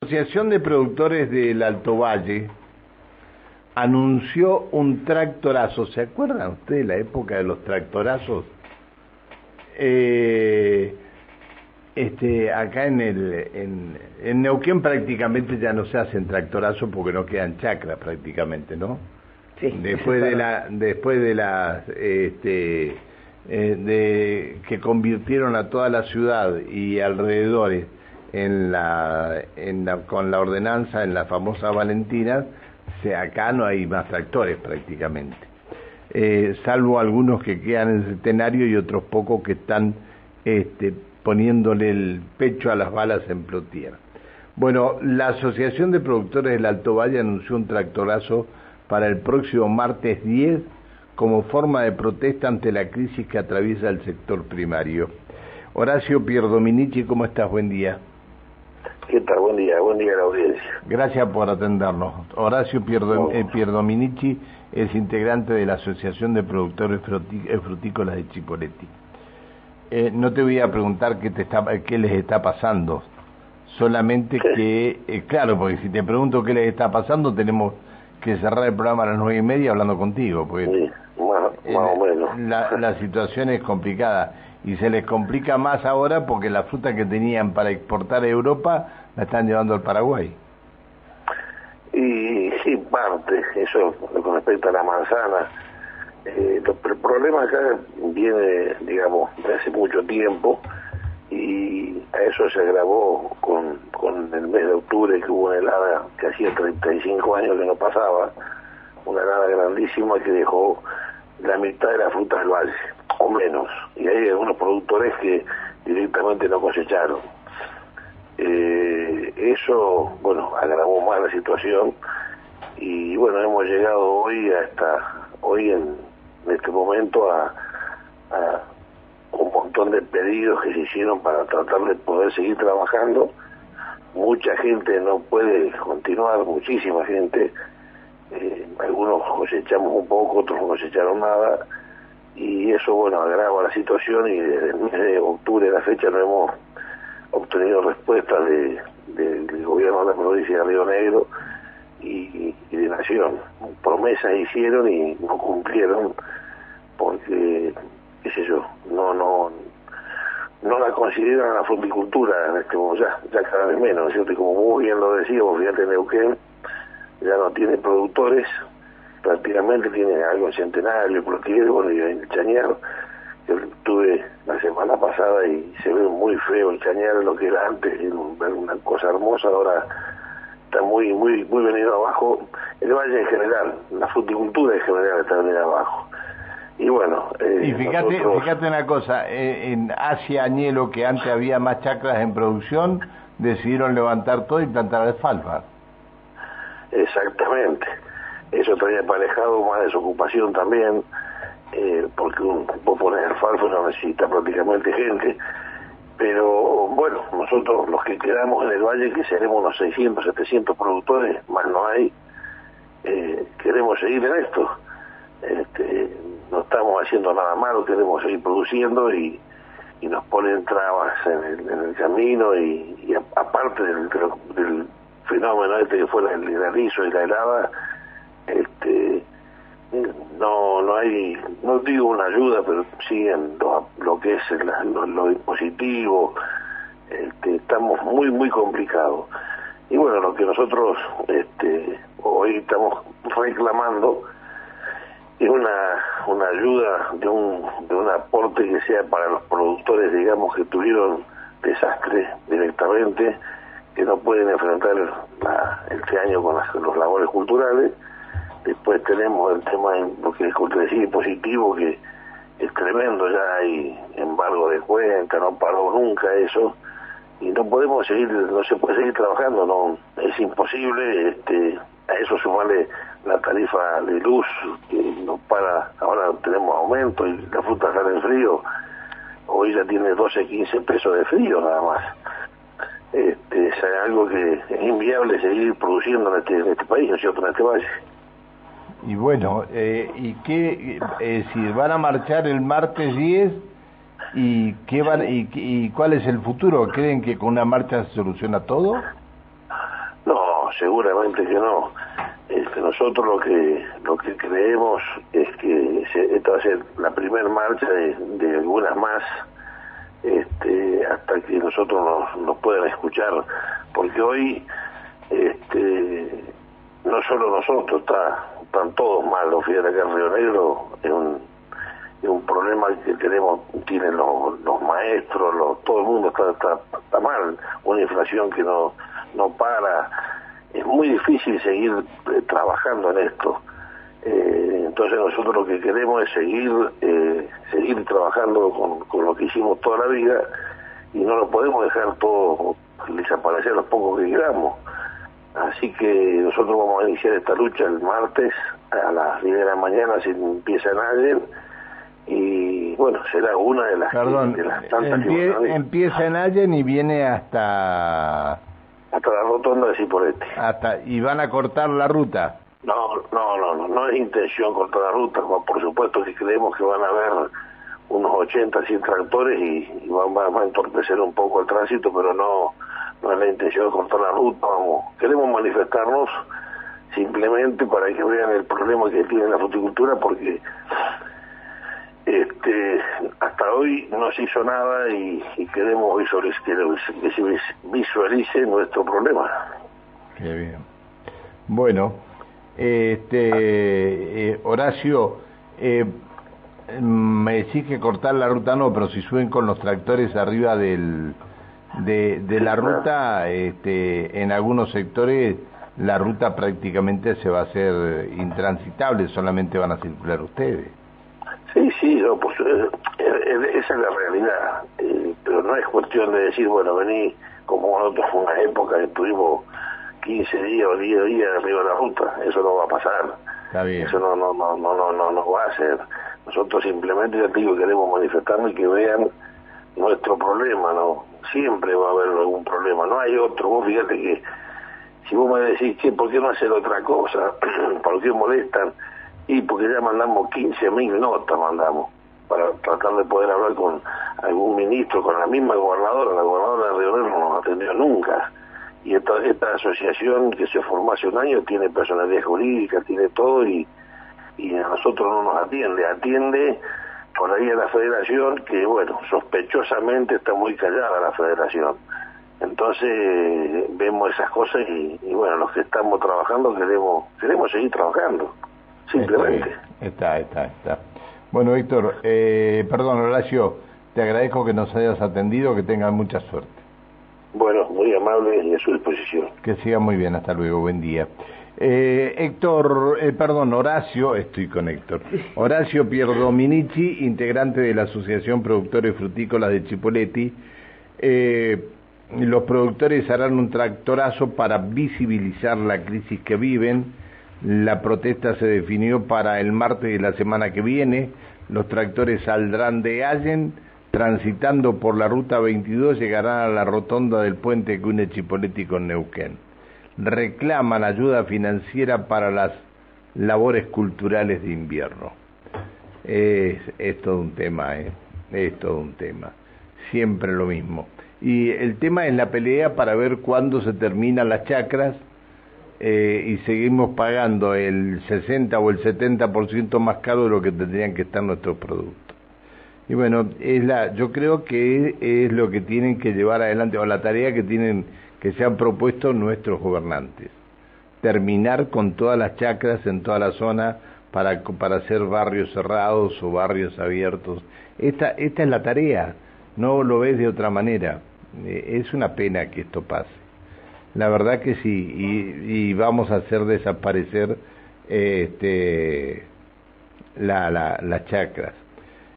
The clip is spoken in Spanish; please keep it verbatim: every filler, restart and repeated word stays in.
La Asociación de Productores del Alto Valle anunció un tractorazo. ¿Se acuerdan ustedes de la época de los tractorazos? Eh, este, acá en el en, en Neuquén prácticamente ya no se hacen tractorazos porque no quedan chacras prácticamente, ¿no? Sí, después de la después de la este eh, de que convirtieron a toda la ciudad y alrededores en la, en la con la ordenanza en la famosa Valentina, se, acá no hay más tractores prácticamente, eh, salvo algunos que quedan en el Centenario y otros pocos que están este, poniéndole el pecho a las balas en Plotier. Bueno, la Asociación de Productores del Alto Valle anunció un tractorazo para el próximo martes diez como forma de protesta ante la crisis que atraviesa el sector primario. Horacio Pierdominici, ¿cómo estás? Buen día. ¿Qué tal? Buen día, buen día a la audiencia. Gracias por atendernos. Horacio Pierdo, eh, Pierdominici es integrante de la Asociación de Productores Frutícolas de Chipoleti. Eh, no te voy a preguntar qué, te está, qué les está pasando, solamente ¿Qué? que, eh, claro, porque si te pregunto qué les está pasando, tenemos que cerrar el programa a las nueve y media hablando contigo, porque sí, más, eh, más o menos. La, la situación es complicada. Y se les complica más ahora porque la fruta que tenían para exportar a Europa la están llevando al Paraguay. Y sí, parte, eso con respecto a la manzana. Eh, lo, el problema acá viene, digamos, de hace mucho tiempo, y a eso se agravó con, con el mes de octubre, que hubo una helada que hacía treinta y cinco años que no pasaba, una helada grandísima que dejó la mitad de la fruta del valle, o menos, y hay algunos productores que directamente no cosecharon. Eh, eso, bueno, agravó más la situación, y bueno, hemos llegado hoy hasta, hoy en, en este momento a, a un montón de pedidos que se hicieron para tratar de poder seguir trabajando. Mucha gente no puede continuar, muchísima gente, eh, algunos cosechamos un poco, otros no cosecharon nada, y eso, bueno, agrava la situación, y desde el mes de octubre a la fecha no hemos obtenido respuestas de, de, del gobierno de la provincia de Río Negro y, y de Nación. Promesas hicieron y no cumplieron porque, qué sé yo, no no no la consideran la fruticultura en este momento, ya, ya cada vez menos, ¿no es cierto? Y como muy bien lo decíamos, fíjate, Neuquén ya no tiene productores, prácticamente tiene algo en Centenario, Plotier, bueno, y en el Chañar. Yo estuve la semana pasada y se ve muy feo el Chañar, lo que era antes, ver una cosa hermosa, ahora está muy muy muy venido abajo. El valle en general, la fruticultura en general está venido abajo. Y bueno, eh, y fíjate, nosotros... fíjate una cosa, eh, en Asia Añelo, que antes había más chacras en producción, decidieron levantar todo y plantar alfalfa. Exactamente, eso traía aparejado más desocupación también, eh, porque un, vos pones alfalfa no necesita prácticamente gente, pero bueno, nosotros los que quedamos en el valle, que seremos unos seiscientos, setecientos productores, más no hay, eh, queremos seguir en esto, este, no estamos haciendo nada malo, queremos seguir produciendo, y, y nos ponen trabas en el, en el camino, y, y a, aparte del, del, del fenómeno este que fue el granizo y la helada, este no no hay, no digo una ayuda, pero sí en lo, lo que es el, lo, lo impositivo, este, estamos muy muy complicados. Y bueno, lo que nosotros este hoy estamos reclamando es una una ayuda de un de un aporte que sea para los productores, digamos, que tuvieron desastre directamente, que no pueden enfrentar la, este año con las, los labores culturales. Después tenemos el tema, lo que es decir, positivo, que es tremendo, ya hay embargo de cuenta, no paró nunca eso, y no podemos seguir, no se puede seguir trabajando, no, es imposible. Este, a eso sumarle la tarifa de luz, que no para, ahora tenemos aumento, y la fruta sale en frío, hoy ya tiene doce, quince pesos de frío nada más. Este, es algo que es inviable seguir produciendo en este, en este país, ¿no es cierto?, en este valle. Y bueno, eh, ¿y qué, eh, si van a marchar el martes diez, y qué van y, y cuál es el futuro? ¿Creen que con una marcha se soluciona todo? seguramente que no. Este, nosotros lo que lo que creemos es que se, esta va a ser la primera marcha de, de algunas más, este, hasta que nosotros nos, nos puedan escuchar, porque hoy este, no solo nosotros, está, están todos mal. Los fíjate acá en Río Negro es un, es un problema que tenemos, tienen los, los maestros, los, todo el mundo está, está, está mal, una inflación que no, no para. Es muy difícil seguir eh, trabajando en esto. Eh, entonces nosotros lo que queremos es seguir eh, seguir trabajando con, con lo que hicimos toda la vida, y no lo podemos dejar todo desaparecer los pocos que queramos. Así que nosotros vamos a iniciar esta lucha el martes a las diez de la mañana, si empieza en Allen, y bueno, será una de las, Perdón, de las tantas empie, que empieza en Allen y viene hasta hasta la rotonda de Cipolletti. Hasta, ¿y van a cortar la ruta? No, no, no, no, no es intención cortar la ruta. Por supuesto que creemos que van a haber unos ochenta, cien tractores y, y van, van a entorpecer un poco el tránsito, pero no, no es la intención de cortar la ruta. Vamos, queremos manifestarnos simplemente para que vean el problema que tiene la fruticultura, porque este hasta hoy no se hizo nada, y, y queremos visualizar, que se visualice nuestro problema. Qué bien. Bueno, este eh, Horacio, eh, me decís que cortar la ruta no, pero si suben con los tractores arriba del de, de la ruta, este, en algunos sectores la ruta prácticamente se va a hacer intransitable, solamente van a circular ustedes. Sí, sí, no, pues eh, eh, esa es la realidad, eh, pero no es cuestión de decir, bueno, vení, como nosotros en una época que estuvimos quince días o diez días arriba de la ruta, eso no va a pasar. Está bien. Eso no no no no no no no va a ser. Nosotros simplemente, ya te digo, queremos manifestarnos y que vean nuestro problema, ¿no? Siempre va a haber algún problema, no hay otro. Vos fíjate que si vos me decís, che, ¿por qué no hacer otra cosa? ¿Por qué molestan? Y porque ya mandamos quince mil notas, mandamos, para tratar de poder hablar con algún ministro, con la misma gobernadora. La gobernadora de Río Negro no nos atendió nunca. Y esta, esta asociación que se formó hace un año tiene personalidad jurídica, tiene todo, y, y a nosotros no nos atiende. Atiende por ahí a la federación, que bueno, sospechosamente está muy callada la federación. Entonces vemos esas cosas y, y bueno, los que estamos trabajando queremos queremos seguir trabajando, simplemente. Está, está, está. Bueno, Héctor, eh, perdón, Horacio, te agradezco que nos hayas atendido, que tengan mucha suerte. Bueno, muy amable y a su disposición. Que siga muy bien, hasta luego, buen día. Eh, Héctor, eh, perdón, Horacio, estoy con Héctor. Horacio Pierdominici, integrante de la Asociación Productores Frutícolas de Cipolletti. Eh, los productores harán un tractorazo para visibilizar la crisis que viven. La protesta se definió para el martes de la semana que viene. Los tractores saldrán de Allen, transitando por la ruta veintidós, llegarán a la rotonda del puente que une Cipolletti con Neuquén. Reclaman ayuda financiera para las labores culturales de invierno. Es, es todo un tema, ¿eh? Es todo un tema. Siempre lo mismo. Y el tema es la pelea para ver cuándo se terminan las chacras, eh, y seguimos pagando el sesenta o el setenta por ciento más caro de lo que tendrían que estar nuestros productos. Y bueno, es la, yo creo que es lo que tienen que llevar adelante, o la tarea que tienen, que se han propuesto nuestros gobernantes. Terminar con todas las chacras en toda la zona para, para hacer barrios cerrados o barrios abiertos. Esta, esta es la tarea, no lo ves de otra manera. Eh, es una pena que esto pase. La verdad que sí, y, y vamos a hacer desaparecer eh, este, la, la, las chacras.